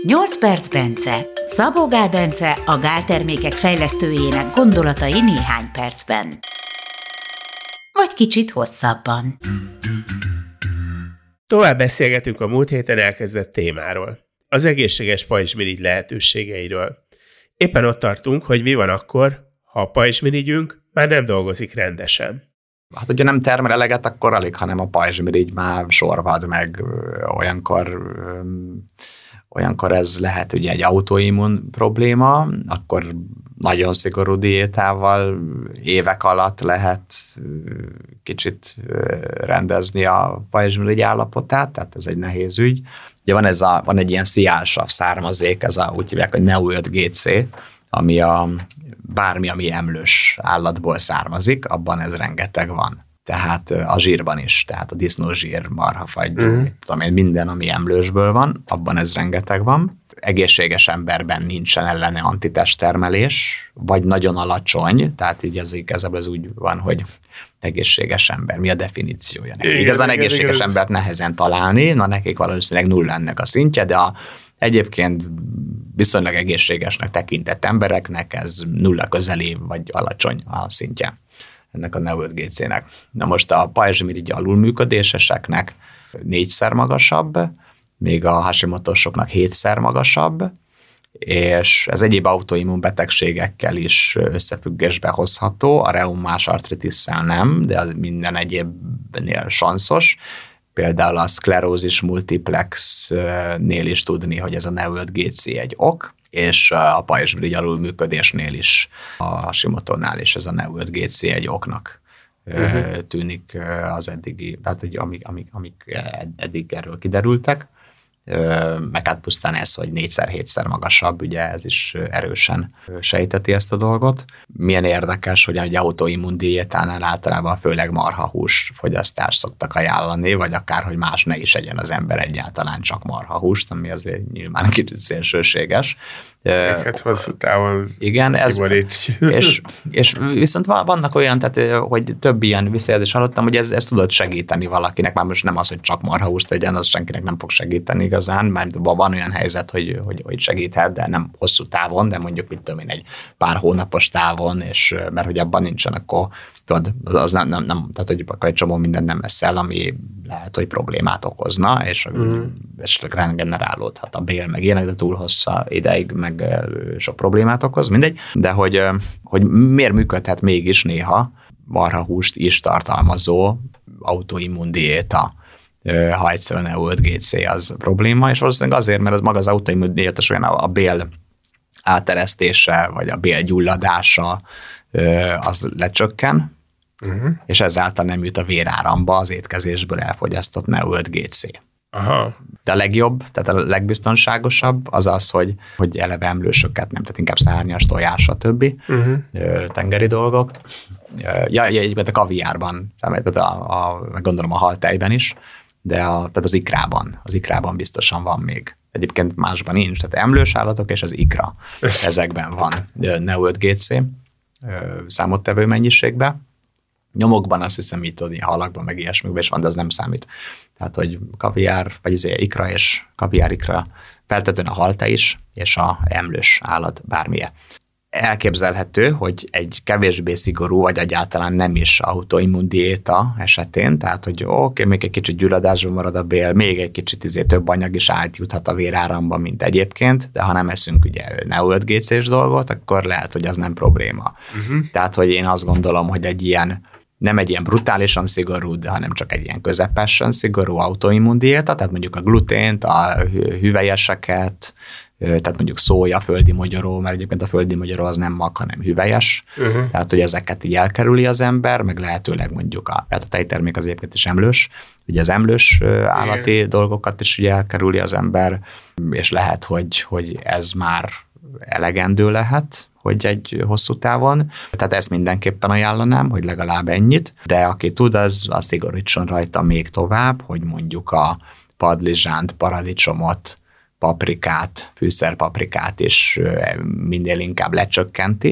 8 perc Bence. Szabó Gál Bence, a gáltermékek fejlesztőjének gondolatai néhány percben. Vagy kicsit hosszabban. Tovább beszélgetünk a múlt héten elkezdett témáról. Az egészséges pajzsmirigy lehetőségeiről. Éppen ott tartunk, hogy mi van akkor, ha a pajzsmirigyünk már nem dolgozik rendesen. Hát, hogyha nem termel eleget, akkor alig, hanem a pajzsmirigy már sorvad meg, olyankor ez lehet ugye egy autoimmun probléma, akkor nagyon szigorú diétával évek alatt lehet kicsit rendezni a pajzsmirigy állapotát, tehát ez egy nehéz ügy. Ugye van egy ilyen sziálsav származék, úgy hívják, hogy Neo5-GC, ami bármi, ami emlős állatból származik, abban ez rengeteg van. Tehát a zsírban is, tehát a disznózsír, marhafagy, minden, ami emlősből van, abban ez rengeteg van. Egészséges emberben nincsen ellene antitesttermelés, vagy nagyon alacsony, tehát így ez úgy van, hogy egészséges ember. Mi a definíciója? Igazán egészséges embert nehezen találni, nekik valószínűleg nulla ennek a szintje, de egyébként viszonylag egészségesnek tekintett embereknek ez nulla közeli, vagy alacsony a szintje ennek a Neo5-GC-nek. Na most a pajzsmirigy alulműködéseseknek 4-szer magasabb, még a Hashimoto-soknak 7-szer magasabb, és ez egyéb autoimmun betegségekkel is összefüggésbe hozható, a reumás artritisszel nem, de minden egyébnél sanszos. Például a szklerózis multiplexnél is tudni, hogy ez a Neo5-GC egy ok, és a pajzsmirigy alulműködésnél is, a Hashimoto-nál is ez a Neo5-GC egy oknak tűnik az eddigi, tehát amik eddig erről kiderültek, meg hát pusztán ez, hogy 4-7-szer magasabb, ugye ez is erősen sejteti ezt a dolgot. Milyen érdekes, hogy egy autoimmun diétánál általában főleg marhahús fogyasztást szoktak ajánlani, vagy akár, hogy más ne is egyen az ember egyáltalán csak marhahúst, ami azért nyilván kicsit szélsőséges. Hát hosszú távon igen, és viszont vannak olyan, tehát, hogy több ilyen visszajelzést hallottam, hogy ez tudott segíteni valakinek, már most nem az, hogy csak marhahúst tegyen, az senkinek nem fog segíteni igazán, mert van olyan helyzet, hogy segíthet, de nem hosszú távon, de mondjuk mit tudom én, egy pár hónapos távon, és mert hogy abban nincsen, akkor tudod, az nem, tehát hogy akkor egy csomó mindent nem eszel, ami lehet, hogy problémát okozna, és esetleg regenerálódhat a bél, meg ilyenek, de túl hossza ideig, meg sok problémát okoz, mindegy. De hogy miért működhet mégis néha marhahúst is tartalmazó autoimmun diéta, ha egyszerűen Neo5-GC az probléma, és valószínűleg azért, mert az maga az autoimmun diéta olyan a bél áteresztése, vagy a bél gyulladása az lecsökken, és ezáltal nem jut a véráramba az étkezésből elfogyasztott Neo5-GC. Aha. De a legjobb, tehát a legbiztonságosabb az az, hogy eleve emlősöket nem, tehát inkább szárnyas, tojás, stb. Tengeri dolgok. Egyébként a kaviárban, gondolom a haltejben is, de tehát az ikrában biztosan van még. Egyébként másban nincs, tehát emlős állatok és az ikra. Ezekben van Neo5-GC számottevő mennyiségben. Nyomokban azt hiszem, így tudod, halakban, meg ilyesmikben is van, de az nem számít. Tehát, hogy kaviár, vagy ikra és kaviár ikra, feltetően a haltej is, és a emlős állat bármilyen. Elképzelhető, hogy egy kevésbé szigorú, vagy egyáltalán nem is autoimmun diéta esetén, tehát, hogy még egy kicsit gyulladásban marad a bél, még egy kicsit több anyag is átjuthat a véráramba, mint egyébként, de ha nem eszünk ugye Neo5-GC-s dolgot, akkor lehet, hogy az nem probléma. Tehát, hogy én azt gondolom, hogy nem egy ilyen brutálisan szigorú, hanem csak egy ilyen közepesen szigorú autoimmun diéta, tehát mondjuk a glutént, a hüvelyeseket, tehát mondjuk szója, földi mogyoró, mert egyébként a földi mogyoró az nem mag, hanem hüvelyes, tehát hogy ezeket így elkerüli az ember, meg lehetőleg mondjuk a tejtermék az egyébként is emlős, ugye az emlős állati dolgokat is ugye elkerüli az ember, és lehet, hogy ez már elegendő lehet, hogy egy hosszú távon. Tehát ezt mindenképpen ajánlanám, hogy legalább ennyit, de aki tud, az szigorítson rajta még tovább, hogy mondjuk a padlizsánt, paradicsomot, paprikát, fűszerpaprikát is minél inkább lecsökkenti,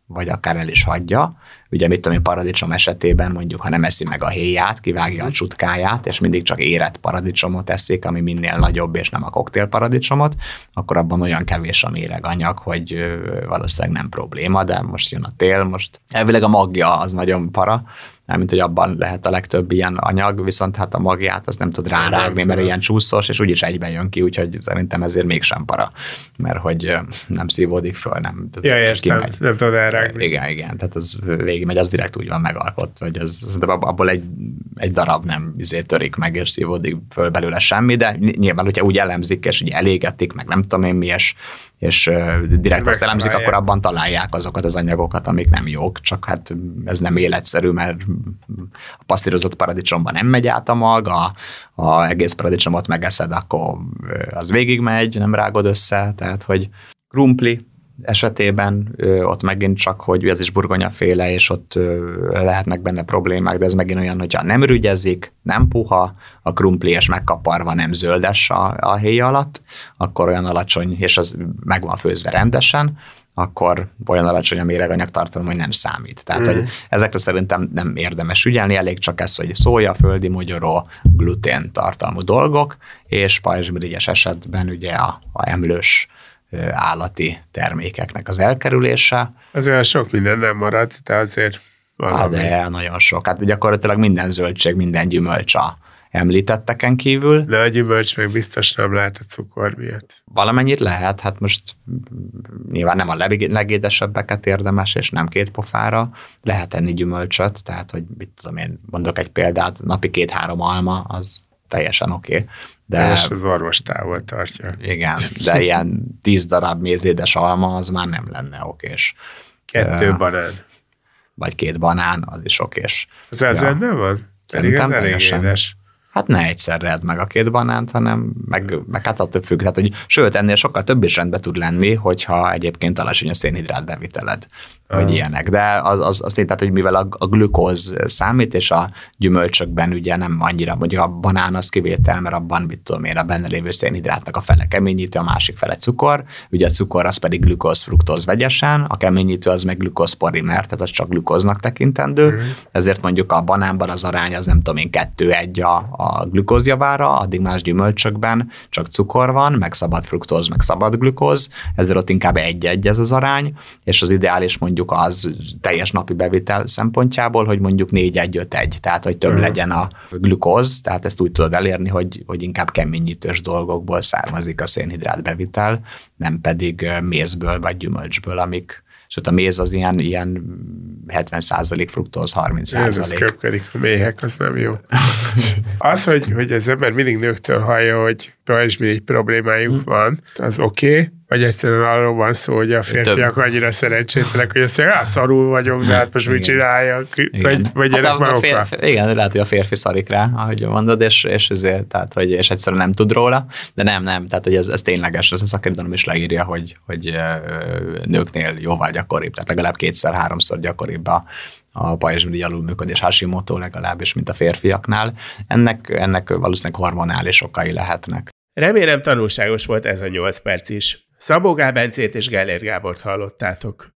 vagy akár el is hagyja. Ugye mit tudom én, paradicsom esetében mondjuk, ha nem eszi meg a héját, kivágja a csutkáját, és mindig csak érett paradicsomot eszik, ami minél nagyobb, és nem a koktélparadicsomot, akkor abban olyan kevés a méreganyag, hogy valószínűleg nem probléma, de most jön a tél, most elvileg a magja az nagyon para, mint hogy abban lehet a legtöbb ilyen anyag, viszont hát a magját azt nem tud rárágni, mert ilyen csúszós, és úgyis egyben jön ki, úgyhogy szerintem ezért mégsem para, mert hogy nem szívódik föl, nem. Értem, nem tud elrágni. Igen, tehát az végigmegy, az direkt úgy van megalkott, hogy abból egy darab nem törik meg, és szívódik föl belőle semmi, de nyilván, hogyha úgy elemzik, és úgy elégetik, meg nem tudom én mi, és direkt azt elemzik, akkor abban találják azokat az anyagokat, amik nem jók, csak hát ez nem életszerű, mert a pasztírozott paradicsomban nem megy át a mag, a egész paradicsomot megeszed, akkor az végigmegy, nem rágod össze, tehát hogy krumpli esetében ott megint csak, hogy ez is burgonyaféle, és ott lehetnek benne problémák, de ez megint olyan, hogyha nem rügyezik, nem puha, a krumpli és megkaparva nem zöldes a héj alatt, akkor olyan alacsony, és az meg van főzve rendesen, akkor olyan alacsony a méreganyag tartalom, hogy nem számít. Tehát, hogy ezekre szerintem nem érdemes ügyelni, elég csak ez, hogy szója, földi mogyoró, glutén tartalmú dolgok, és pajzsmirigyes esetben ugye a emlős állati termékeknek az elkerülése. Azért sok minden nem marad, de azért valami. De nagyon sok. Hát gyakorlatilag minden zöldség, minden gyümölcs a említetteken kívül. De a gyümölcs meg biztos nem lehet a cukor miatt. Valamennyit lehet, hát most nyilván nem a legédesebbeket érdemes, és nem 2 pofára. Lehet enni gyümölcsöt, tehát, hogy mit tudom én, mondok egy példát, napi 2-3 alma, az teljesen oké. De és az orvos távol tartja. Igen, de ilyen 10 darab mézédes alma, az már nem lenne okés. 2 banán. Vagy 2 banán, az is okés. Az rendben van? Szerintem elég édes. Hát ne egyszerre edd meg a 2 banánt, hanem meg hát attól függ. Tehát, hogy sőt, ennél sokkal több is rendbe tud lenni, hogyha egyébként alacsony a szénhidrát beviteled, vagy ilyenek. De az tehát, hogy mivel a glükóz számít, és a gyümölcsökben ugye nem annyira, mondjuk a banán az kivétel, mert abban, mit tudom én, a benne lévő szénhidrátnak a fele keményítő, a másik fele cukor, ugye a cukor az pedig glükóz-fruktóz vegyesen, a keményítő az meg glükózpolimer, tehát az csak glükóznak tekintendő, ezért mondjuk a banánban az arány az nem tudom én 2:1 a glükóz javára, addig más gyümölcsökben csak cukor van, meg szabad fruktóz, meg szabad glükóz, ezért ott inkább 1:1 ez az arány, és az ideális mondjuk az teljes napi bevitel szempontjából, hogy mondjuk 4:1-5:1, tehát hogy több legyen a glükóz, tehát ezt úgy tudod elérni, hogy inkább keményítős dolgokból származik a szénhidrát bevitel, nem pedig mézből vagy gyümölcsből, amik, és ott a méz az ilyen 70% fruktóz, 30%. Ez köpködik a méhek, az nem jó. Az, hogy az ember mindig nőktől hallja, hogy pajzsmirigy problémájuk van, az oké, vagy egyszerűen arról van szó, hogy a férfiak annyira szerencsétlenek, hogy azt mondják, szarul vagyok, de hát most mit csináljak? Vagy ennek már oka? Igen, lehet, hogy a férfi szarik rá, ahogy mondod, és ezért, tehát, hogy és egyszerűen nem tud róla, de nem, tehát, hogy ez tényleges, ez a szakirodalom is leírja, hogy nőknél jóval gyakoribb, tehát legalább 2-3-szor gyakoribb a pajzsmirigy alulműködés, Hashimoto legalábbis, mint a férfiaknál. Ennek valószínűleg hormonális okai lehetnek. Remélem tanulságos volt ez a 8 perc is. Szabó Gál Bencét és Gellért Gábort hallottátok.